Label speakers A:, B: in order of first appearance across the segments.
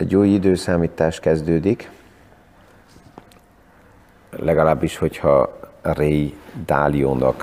A: egy új időszámítás kezdődik, legalábbis, hogyha Ray Dalionak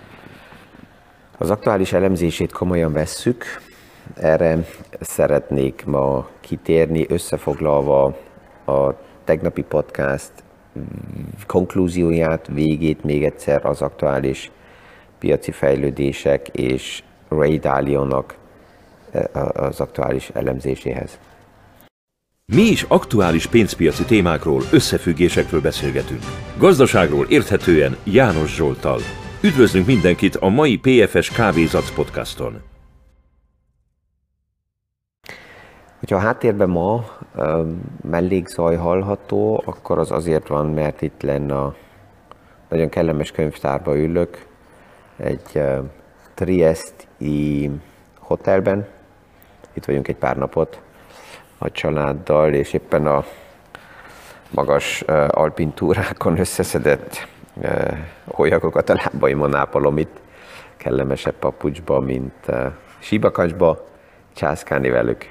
A: az aktuális elemzését komolyan vesszük. Erre szeretnék ma kitérni, összefoglalva a tegnapi podcast konklúzióját, végét még egyszer az aktuális piaci fejlődések és Ray Dalionak az aktuális elemzéséhez.
B: Mi is aktuális pénzpiaci témákról, összefüggésekről beszélgetünk. Gazdaságról érthetően János Zsolttal. Üdvözlünk mindenkit a mai PFS Kávézac podcaston.
A: Hogyha a háttérben ma mellékzaj hallható, akkor az azért van, mert itt lenne a nagyon kellemes könyvtárba ülök, egy triesti hotelben. Itt vagyunk egy pár napot a családdal, és éppen a magas alpin túrákon összeszedett hólyakokat a lábaimon ápolom itt, kellemesebb papucsba, mint síbakacsba, császkálni velük.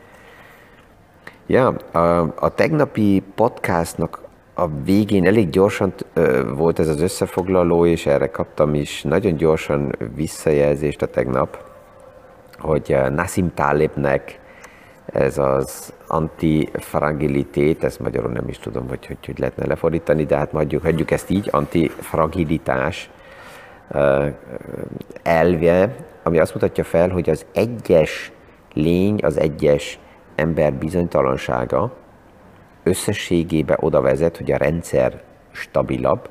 A: Ja, a tegnapi podcastnak a végén elég gyorsan volt ez az összefoglaló, és erre kaptam is nagyon gyorsan visszajelzést a tegnap, hogy Nassim Talebnek ez az antifragilitét, ezt magyarul nem is tudom, hogy lehetne lefordítani, de hát hagyjuk ezt így, antifragilitás elve, ami azt mutatja fel, hogy az egyes lény, az egyes ember bizonytalansága összességében oda vezet, hogy a rendszer stabilabb,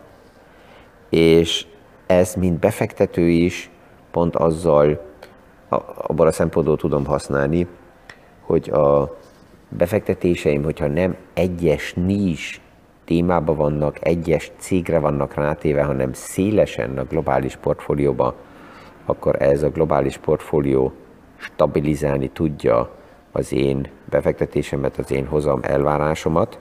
A: és ez, mint befektető is, pont azzal, abban a szempontból tudom használni, hogy a befektetéseim, hogyha nem egyes nis témában vannak, egyes cégre vannak rátéve, hanem szélesen a globális portfólióba, akkor ez a globális portfólió stabilizálni tudja az én befektetésemet, az én hozam elvárásomat.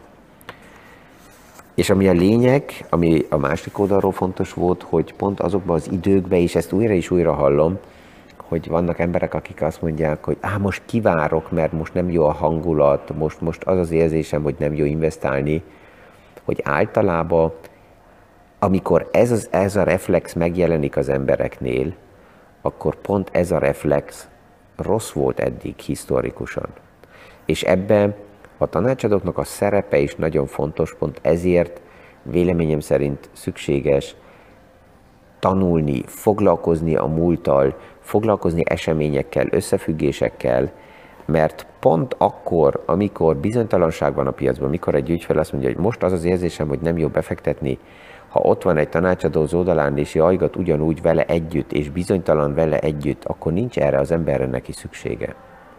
A: És ami a lényeg, ami a másik oldalról fontos volt, hogy pont azokban az időkben, és ezt újra és újra hallom, hogy vannak emberek, akik azt mondják, hogy most kivárok, mert most nem jó a hangulat, most az az érzésem, hogy nem jó investálni, hogy általában, amikor ez a reflex megjelenik az embereknél, akkor pont ez a reflex rossz volt eddig historikusan. És ebben a tanácsadóknak a szerepe is nagyon fontos, pont ezért véleményem szerint szükséges tanulni, foglalkozni a múlttal, foglalkozni eseményekkel, összefüggésekkel, mert pont akkor, amikor bizonytalanság van a piacban, amikor egy ügyfél azt mondja, hogy most az az érzésem, hogy nem jó befektetni, ha ott van egy tanácsadó az oldalán, és jajgat ugyanúgy vele együtt, és bizonytalan vele együtt, akkor nincs erre az emberre neki szüksége.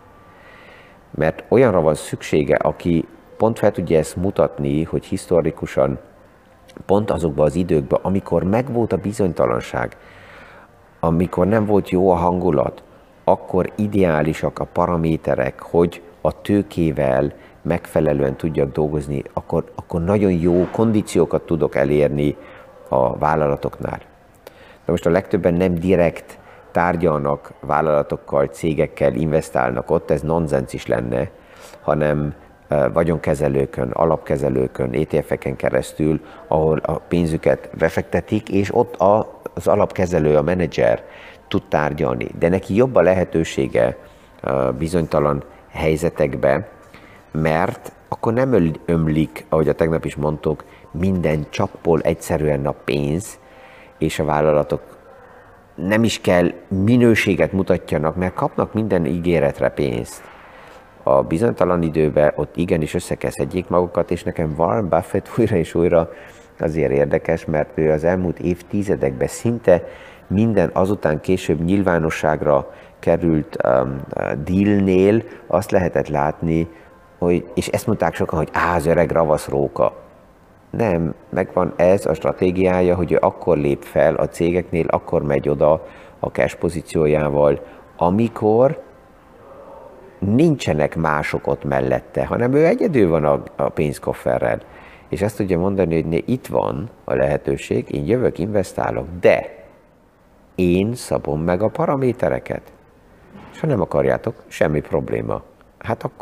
A: Mert olyanra van szüksége, aki pont fel tudja ezt mutatni, hogy historikusan pont azokban az időkben, amikor megvolt a bizonytalanság, amikor nem volt jó a hangulat, akkor ideálisak a paraméterek, hogy a tőkével megfelelően tudjak dolgozni, akkor nagyon jó kondíciókat tudok elérni a vállalatoknál. De most a legtöbben nem direkt tárgyalnak vállalatokkal, cégekkel, investálnak ott, ez nonsens is lenne, hanem vagyonkezelőkön, alapkezelőkön, ETF-eken keresztül, ahol a pénzüket befektetik, és ott az alapkezelő, a menedzser tud tárgyalni. De neki jobb a lehetősége bizonytalan helyzetekbe, mert akkor nem ömlik, ahogy a tegnap is mondtuk, minden csappol egyszerűen a pénz, és a vállalatok nem is kell minőséget mutatjanak, mert kapnak minden ígéretre pénzt. A bizonytalan időben ott igenis össze kell szedjék magukat, és nekem Warren Buffett újra és újra azért érdekes, mert ő az elmúlt évtizedekben szinte minden azután később nyilvánosságra került dealnél azt lehetett látni, hogy, és ezt mondták sokan, hogy az öreg ravasz róka. Nem, megvan ez a stratégiája, hogy ő akkor lép fel a cégeknél, akkor megy oda a cash pozíciójával, amikor nincsenek mások ott mellette, hanem ő egyedül van a pénzkofferrel. És azt tudja mondani, hogy itt van a lehetőség, én jövök, investálok, de én szabom meg a paramétereket. És ha nem akarjátok, semmi probléma. Hát akkor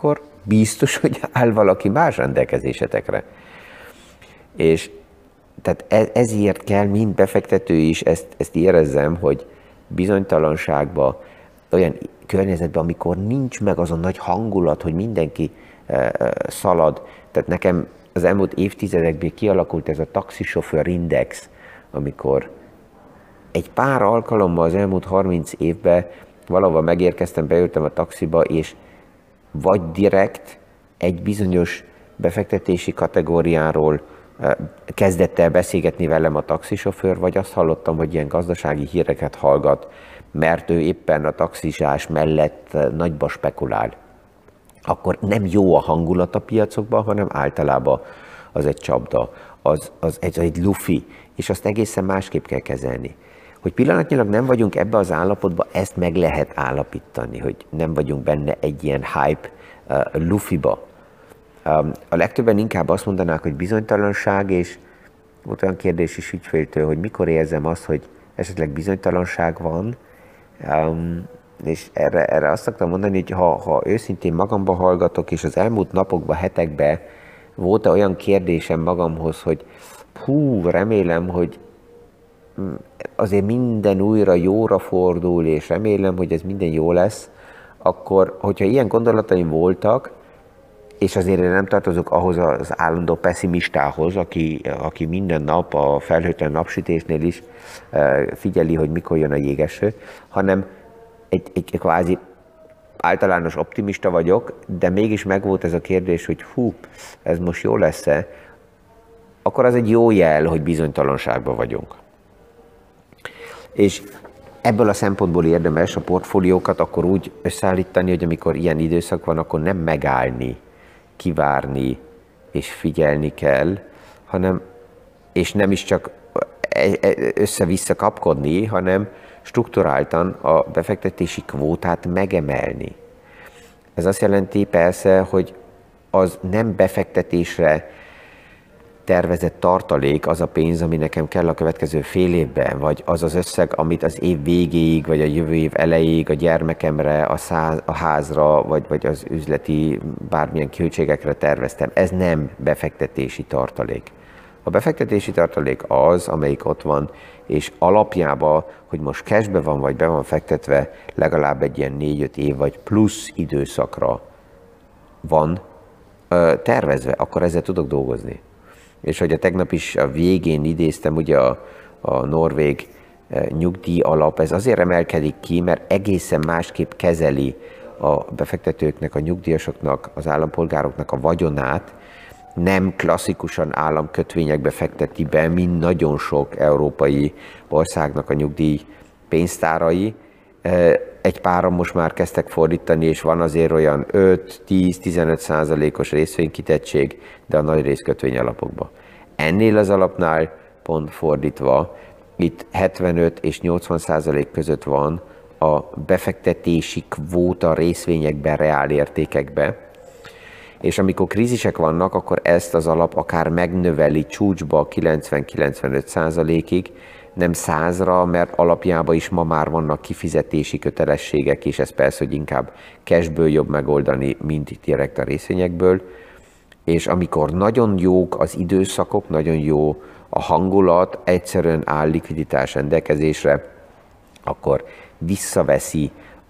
A: biztos, hogy áll valaki más rendelkezésetekre. És tehát ezért kell mind befektető is ezt érezzem, hogy bizonytalanságba, olyan környezetben, amikor nincs meg az a nagy hangulat, hogy mindenki szalad. Tehát nekem az elmúlt évtizedekben kialakult ez a taxisofőr index, amikor egy pár alkalommal az elmúlt 30 évben valahol megérkeztem, beültem a taxiba, és vagy direkt egy bizonyos befektetési kategóriáról kezdett el beszélgetni velem a taxisofőr, vagy azt hallottam, hogy ilyen gazdasági híreket hallgat, mert ő éppen a taxisás mellett nagyba spekulál. Akkor nem jó a hangulat a piacokban, hanem általában az egy csapda, az egy lufi, és azt egészen másképp kell kezelni. Hogy pillanatnyilag nem vagyunk ebbe az állapotban, ezt meg lehet állapítani, hogy nem vagyunk benne egy ilyen hype lufiba. A legtöbben inkább azt mondanák, hogy bizonytalanság, és volt olyan kérdés is ügyféltől, hogy mikor érzem azt, hogy esetleg bizonytalanság van, és erre azt szoktam mondani, hogy ha őszintén magamba hallgatok, és az elmúlt napokban, hetekben volt olyan kérdésem magamhoz, hogy remélem, hogy azért minden újra jóra fordul, és remélem, hogy ez minden jó lesz, akkor, hogyha ilyen gondolataim voltak, és azért én nem tartozok ahhoz az állandó pessimistához, aki minden nap a felhőtlen napsütésnél is figyeli, hogy mikor jön a jégeső, hanem egy kvázi általános optimista vagyok, de mégis megvolt ez a kérdés, hogy ez most jó lesz-e, akkor az egy jó jel, hogy bizonytalanságban vagyunk. És ebből a szempontból érdemes a portfóliókat akkor úgy összeállítani, hogy amikor ilyen időszak van, akkor nem megállni, kivárni és figyelni kell, és nem is csak össze-vissza kapkodni, hanem strukturáltan a befektetési kvótát megemelni. Ez azt jelenti persze, hogy az nem befektetésre tervezett tartalék, az a pénz, ami nekem kell a következő fél évben, vagy az az összeg, amit az év végéig, vagy a jövő év elejéig a gyermekemre, a házra, vagy az üzleti bármilyen költségekre terveztem. Ez nem befektetési tartalék. A befektetési tartalék az, amelyik ott van, és alapjában, hogy most cashbe van, vagy be van fektetve, legalább egy ilyen 4-5 év, vagy plusz időszakra van tervezve, akkor ezzel tudok dolgozni. És hogy a tegnap is a végén idéztem, ugye a norvég nyugdíj alap, ez azért emelkedik ki, mert egészen másképp kezeli a befektetőknek, a nyugdíjasoknak, az állampolgároknak a vagyonát, nem klasszikusan államkötvényekbe fekteti be, mint nagyon sok európai országnak a nyugdíj pénztárai. Egy páran most már kezdtek fordítani, és van azért olyan 5-10-15%-os részvénykitettség, de a nagy rész kötvényalapokban. Ennél az alapnál pont fordítva, itt 75 és 80% között van a befektetési kvóta részvényekben, reálértékekben, és amikor krízisek vannak, akkor ezt az alap akár megnöveli csúcsba 90-95%-ig, nem 100-ra, mert alapjában is ma már vannak kifizetési kötelességek, és ez persze, hogy inkább cashből jobb megoldani, mint direkt a részvényekből. És amikor nagyon jók az időszakok, nagyon jó a hangulat, egyszerűen áll likviditás rendelkezésre, akkor visszaveszi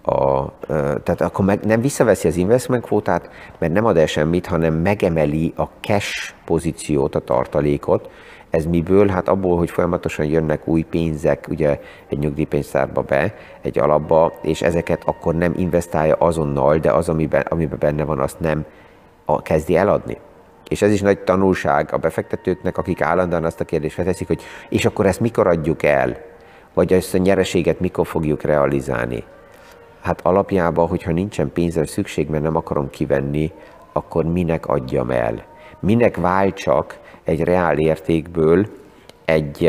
A: tehát akkor nem visszaveszi az investment kvótát, mert nem ad el semmit, hanem megemeli a cash pozíciót, a tartalékot. Ez miből? Hát abból, hogy folyamatosan jönnek új pénzek ugye egy nyugdíjpénztárba be, egy alapba, és ezeket akkor nem investálja azonnal, de az, amiben benne van, azt nem kezdi eladni. És ez is nagy tanulság a befektetőknek, akik állandóan azt a kérdést felteszik, hogy és akkor ezt mikor adjuk el? Vagy ezt a nyereséget mikor fogjuk realizálni? Hát alapjában, hogyha nincsen pénzre szükség, mert nem akarom kivenni, akkor minek adjam el? Minek váltsak egy reál értékből egy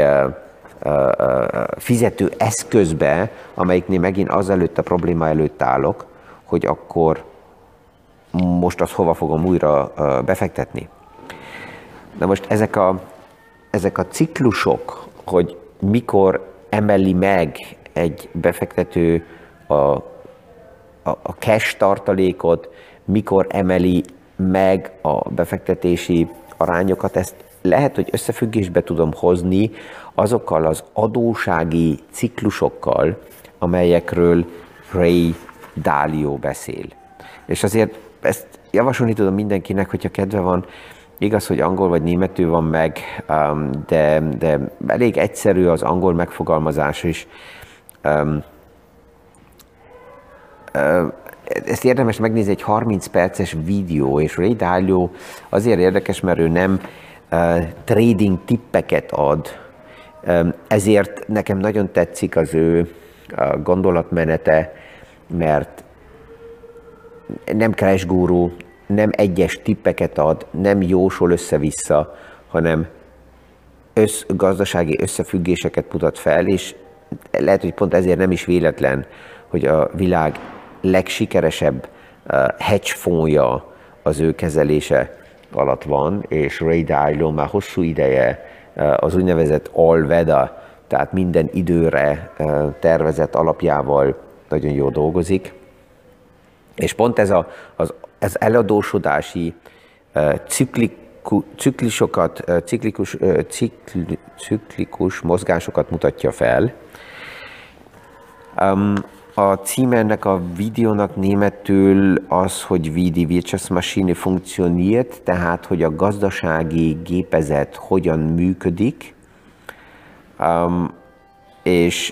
A: fizető eszközbe, amelyiknél megint azelőtt a probléma előtt állok, hogy akkor most azt hova fogom újra befektetni. Na most ezek a ciklusok, hogy mikor emeli meg egy befektető a cash tartalékot, mikor emeli meg a befektetési arányokat, ezt lehet, hogy összefüggésbe tudom hozni azokkal az adósági ciklusokkal, amelyekről Ray Dalio beszél. És azért ezt javasolni tudom mindenkinek, hogyha kedve van, igaz, hogy angol vagy németül van meg, de elég egyszerű az angol megfogalmazás is. Ezt érdemes megnézni, egy 30 perces videó, és Ray Dalio azért érdekes, mert ő nem trading tippeket ad, ezért nekem nagyon tetszik az ő gondolatmenete, mert nem crash guru, nem egyes tippeket ad, nem jósol össze-vissza, hanem gazdasági összefüggéseket mutat fel, és lehet, hogy pont ezért nem is véletlen, hogy a világ legsikeresebb hedge fondja az ő kezelése alatt van, és Ray Dalio már hosszú ideje az úgynevezett all-weather, tehát minden időre tervezett alapjával nagyon jól dolgozik. És pont ez az eladósodási ciklikus mozgásokat mutatja fel. A címe ennek a videónak németül az, hogy wie die Wirtschaftsmaschine funktioniert, tehát hogy a gazdasági gépezet hogyan működik, és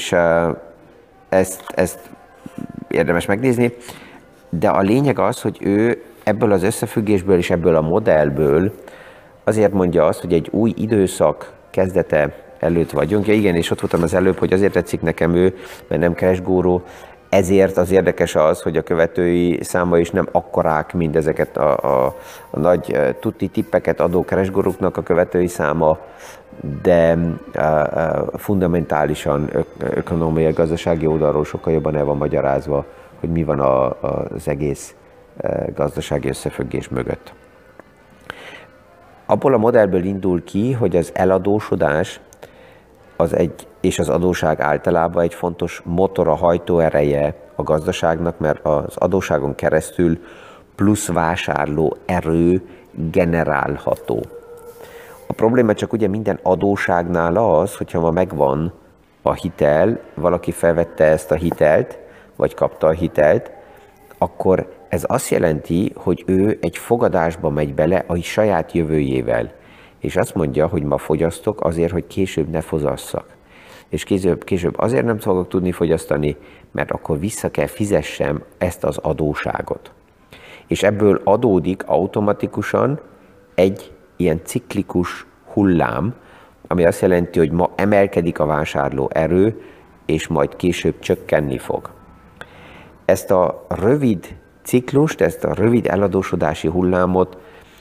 A: ezt érdemes megnézni. De a lényeg az, hogy ő ebből az összefüggésből és ebből a modellből azért mondja azt, hogy egy új időszak kezdete előtt vagyunk. Ja igen, és ott voltam az előbb, hogy azért tetszik nekem ő, mert nem crash guru, ezért az érdekes az, hogy a követői száma is nem akkorák, mint ezeket a nagy tuti tippeket adó crash guruknak a követői száma, de fundamentálisan ökonómiai, gazdasági oldalról sokkal jobban el van magyarázva, hogy mi van az egész gazdasági összefüggés mögött. Abból a modellből indul ki, hogy az eladósodás és az adósság általában egy fontos motora, hajtóereje a gazdaságnak, mert az adósságon keresztül plusz vásárló erő generálható. A probléma csak ugye minden adósságnál az, hogyha ma megvan a hitel, valaki felvette ezt a hitelt, vagy kapta a hitelt, akkor ez azt jelenti, hogy ő egy fogadásba megy bele a saját jövőjével. És azt mondja, hogy ma fogyasztok azért, hogy később ne fogyasszak. És később azért nem fogok tudni fogyasztani, mert akkor vissza kell fizessem ezt az adóságot. És ebből adódik automatikusan egy ilyen ciklikus hullám, ami azt jelenti, hogy ma emelkedik a vásárló erő, és majd később csökkenni fog. Ezt a rövid ciklust, ezt a rövid eladósodási hullámot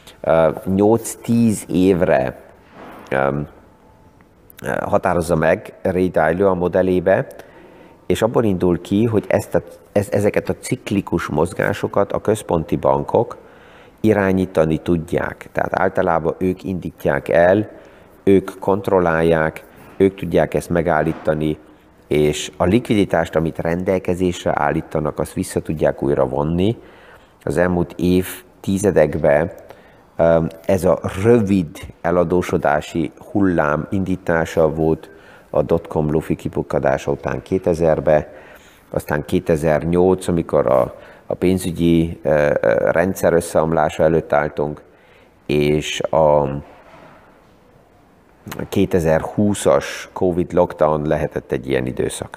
A: 8-10 évre határozza meg Ray Dalio a modellébe, és abból indul ki, hogy ezeket a ciklikus mozgásokat a központi bankok irányítani tudják. Tehát általában ők indítják el, ők kontrollálják, ők tudják ezt megállítani, és a likviditást, amit rendelkezésre állítanak, azt vissza tudják újra vonni. Az elmúlt évtizedekben ez a rövid eladósodási hullám indítása volt a dotcom lufi kipukkadása után 2000-ben, aztán 2008, amikor a pénzügyi rendszer összeomlása előtt álltunk, és a 2020-as Covid lockdown lehetett egy ilyen időszak.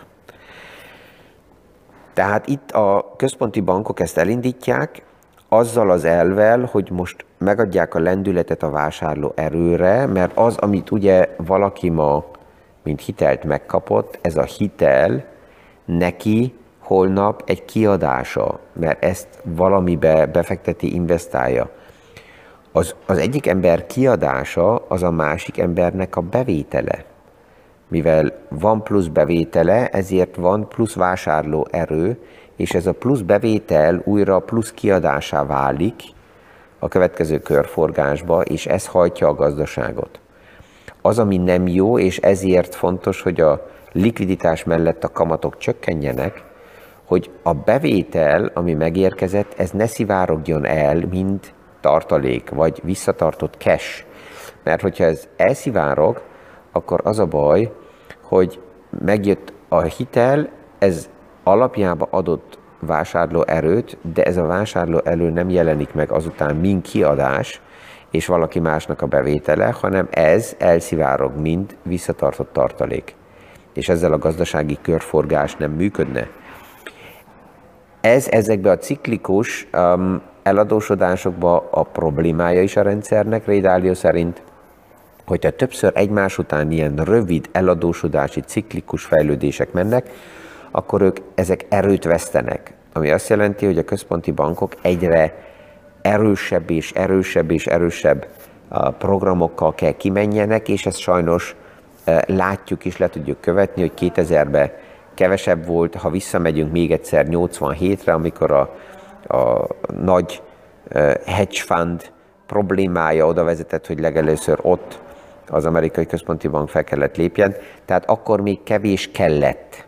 A: Tehát itt a központi bankok ezt elindítják, azzal az elvvel, hogy most megadják a lendületet a vásárló erőre, mert az, amit ugye valaki ma, mint hitelt megkapott, ez a hitel neki holnap egy kiadása, mert ezt valamibe befekteti, investálja. Az egyik ember kiadása az a másik embernek a bevétele. Mivel van plusz bevétele, ezért van plusz vásárló erő, és ez a plusz bevétel újra plusz kiadásá válik a következő körforgásba, és ez hajtja a gazdaságot. Az, ami nem jó, és ezért fontos, hogy a likviditás mellett a kamatok csökkenjenek, hogy a bevétel, ami megérkezett, ez ne szivárogjon el, mint tartalék, vagy visszatartott cash. Mert hogyha ez elszivárog, akkor az a baj, hogy megjött a hitel, ez alapjába adott vásárlóerőt, de ez a vásárlóerő nem jelenik meg azután, mint kiadás, és valaki másnak a bevétele, hanem ez elszivárog, mint visszatartott tartalék. És ezzel a gazdasági körforgás nem működne. Ez ezekben a ciklikus eladósodásokban a problémája is a rendszernek, Ray Dalio szerint, hogyha többször egymás után ilyen rövid eladósodási ciklikus fejlődések mennek, akkor ezek erőt vesztenek. Ami azt jelenti, hogy a központi bankok egyre erősebb és erősebb és erősebb programokkal kell kimenjenek, és ezt sajnos látjuk és le tudjuk követni, hogy 2000-ben kevesebb volt, ha visszamegyünk még egyszer 87-re, amikor a nagy hedge fund problémája oda vezetett, hogy legelőször ott az amerikai központi bank fel kellett lépjen, tehát akkor még kevés kellett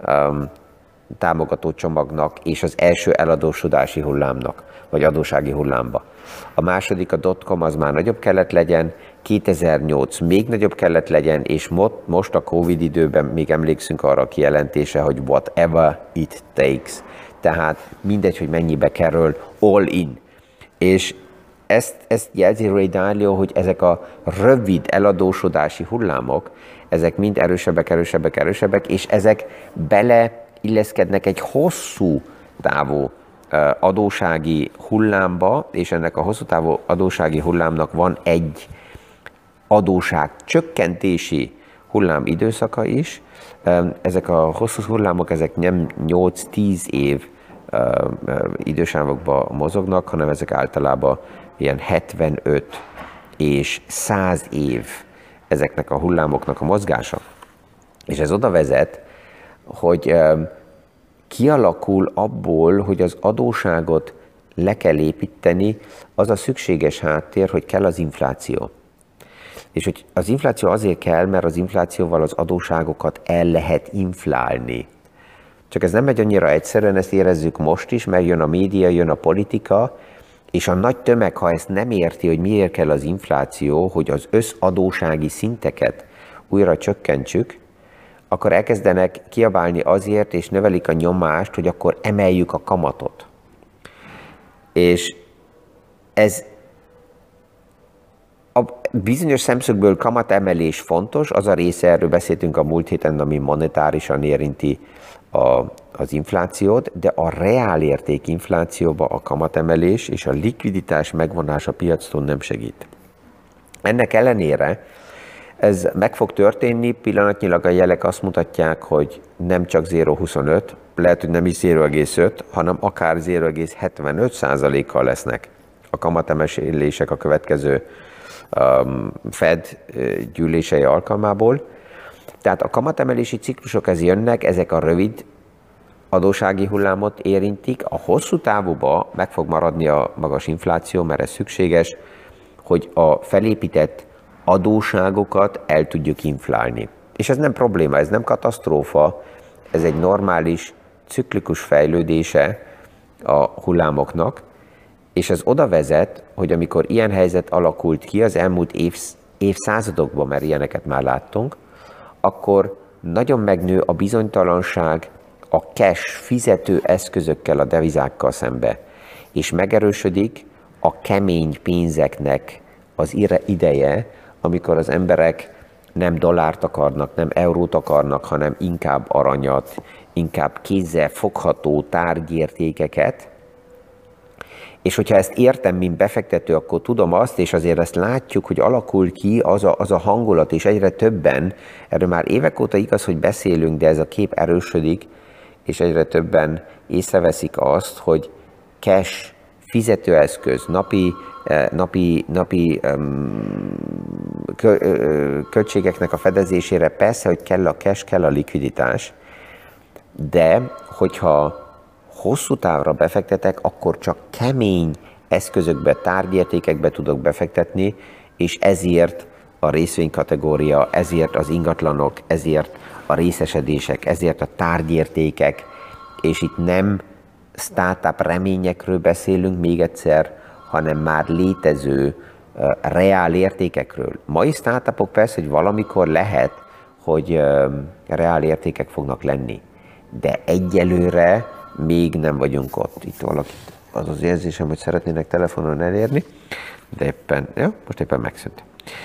A: támogató csomagnak és az első eladósodási hullámnak, vagy adósági hullámba. A második, a dotcom, az már nagyobb kellett legyen, 2008 még nagyobb kellett legyen, és most a Covid időben még emlékszünk arra a kijelentése, hogy whatever it takes. Tehát mindegy, hogy mennyibe kerül, all in. És ezt jelzi Ray Dalio, hogy ezek a rövid eladósodási hullámok, ezek mind erősebbek, és ezek beleilleszkednek egy hosszú távú adósági hullámba, és ennek a hosszú távú adósági hullámnak van egy adóság csökkentési hullám időszaka is. Ezek a hosszú hullámok, ezek nem 8-10 év idősávokban mozognak, hanem ezek általában ilyen 75 és 100 év ezeknek a hullámoknak a mozgása. És ez oda vezet, hogy kialakul abból, hogy az adóságot le kell építeni, az a szükséges háttér, hogy kell az infláció. És hogy az infláció azért kell, mert az inflációval az adóságokat el lehet inflálni. Csak ez nem megy annyira egyszerűen, ezt érezzük most is, mert jön a média, jön a politika, és a nagy tömeg, ha ezt nem érti, hogy miért kell az infláció, hogy az összadósági szinteket újra csökkentsük, akkor elkezdenek kiabálni azért, és növelik a nyomást, hogy akkor emeljük a kamatot. És ez a bizonyos szemszögből kamatemelés fontos, az a része, erről beszéltünk a múlt héten, ami monetárisan érinti az inflációt, de a reálérték inflációba a kamatemelés és a likviditás megvonása piactól nem segít. Ennek ellenére ez meg fog történni, pillanatnyilag a jelek azt mutatják, hogy nem csak 0,25, lehet, hogy nem is 0,5, hanem akár 0,75%-kal lesznek a kamatemelések a következő Fed gyűlései alkalmából. Tehát a kamatemelési ciklusok ez jönnek, ezek a rövid adósági hullámot érintik, a hosszú távúban meg fog maradni a magas infláció, mert ez szükséges, hogy a felépített adóságokat el tudjuk inflálni. És ez nem probléma, ez nem katasztrófa, ez egy normális, ciklikus fejlődése a hullámoknak, és ez oda vezet, hogy amikor ilyen helyzet alakult ki az elmúlt évszázadokban, mert ilyeneket már láttunk, akkor nagyon megnő a bizonytalanság a cash fizető eszközökkel, a devizákkal szembe, és megerősödik a kemény pénzeknek az ideje, amikor az emberek nem dollárt akarnak, nem eurót akarnak, hanem inkább aranyat, inkább kézzel fogható tárgyértékeket. És hogyha ezt értem, mint befektető, akkor tudom azt, és azért ezt látjuk, hogy alakul ki az a hangulat, és egyre többen, erről már évek óta igaz, hogy beszélünk, de ez a kép erősödik, és egyre többen észreveszik azt, hogy cash, fizetőeszköz, napi költségeknek a fedezésére persze, hogy kell a cash, kell a likviditás, de hogyha hosszú távra befektetek, akkor csak kemény eszközökbe, tárgyértékekbe tudok befektetni, és ezért a részvénykategória, ezért az ingatlanok, ezért a részesedések, ezért a tárgyértékek, és itt nem startup reményekről beszélünk még egyszer, hanem már létező reál értékekről. Mai startupok persze, hogy valamikor lehet, hogy reál értékek fognak lenni, de egyelőre még nem vagyunk ott. Itt valakit az az érzésem, hogy szeretnének telefonon elérni, de éppen, ja, most éppen megszűnt.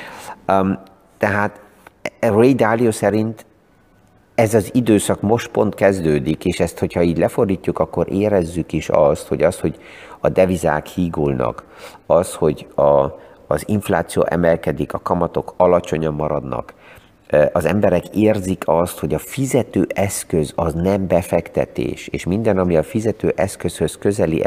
A: Tehát Ray Dalio szerint ez az időszak most pont kezdődik, és ezt, hogyha így lefordítjuk, akkor érezzük is azt, hogy a devizák hígulnak, hogy az infláció emelkedik, a kamatok alacsonyan maradnak, az emberek érzik azt, hogy a fizetőeszköz az nem befektetés, és minden, ami a fizetőeszközhöz közeli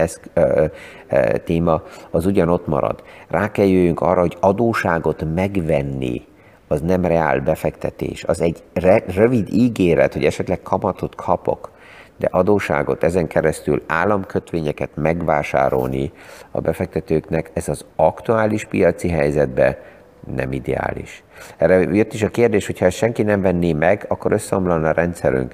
A: téma, az ugyanott marad. Rá kell jöjjünk arra, hogy adósságot megvenni, az nem reál befektetés. Az egy rövid ígéret, hogy esetleg kamatot kapok, de adósságot ezen keresztül államkötvényeket megvásárolni a befektetőknek, ez az aktuális piaci helyzetben nem ideális. Erre jött is a kérdés, hogyha senki nem venné meg, akkor összeomlana a rendszerünk.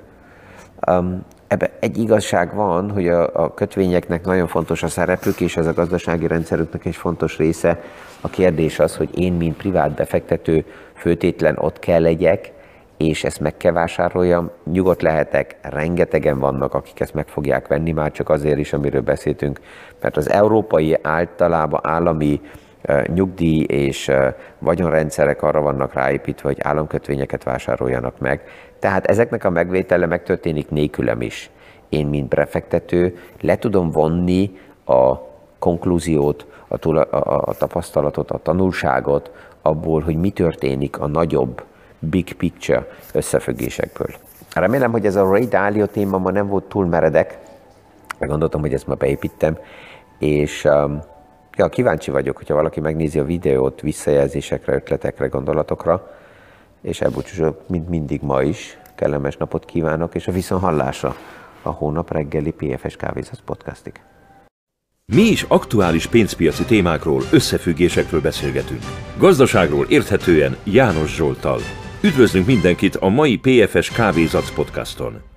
A: Ebben egy igazság van, hogy a kötvényeknek nagyon fontos a szerepük, és ez a gazdasági rendszerüknek egy fontos része. A kérdés az, hogy én, mint privát befektető, főtétlen ott kell legyek, és ezt meg kell vásároljam, nyugodt lehetek, rengetegen vannak, akik ezt meg fogják venni, már csak azért is, amiről beszéltünk, mert az európai általában állami nyugdíj és vagyonrendszerek arra vannak ráépítve, hogy államkötvényeket vásároljanak meg. Tehát ezeknek a megvétele megtörténik nélkülem is. Én, mint befektető, le tudom vonni a konklúziót, a tapasztalatot, a tanulságot abból, hogy mi történik a nagyobb big picture összefüggésekből. Remélem, hogy ez a Ray Dalio téma ma nem volt túl meredek, gondoltam, hogy ezt ma beépítem, és ja, kíváncsi vagyok, hogyha valaki megnézi a videót visszajelzésekre, ötletekre, gondolatokra, és elbúcsúzok, mint mindig ma is. Kellemes napot kívánok, és a viszonthallásra a hónap reggeli PFS Kávézac podcastig.
B: Mi is aktuális pénzpiaci témákról, összefüggésekről beszélgetünk. Gazdaságról érthetően János Zsolttal. Üdvözlünk mindenkit a mai PFS Kávézac podcaston!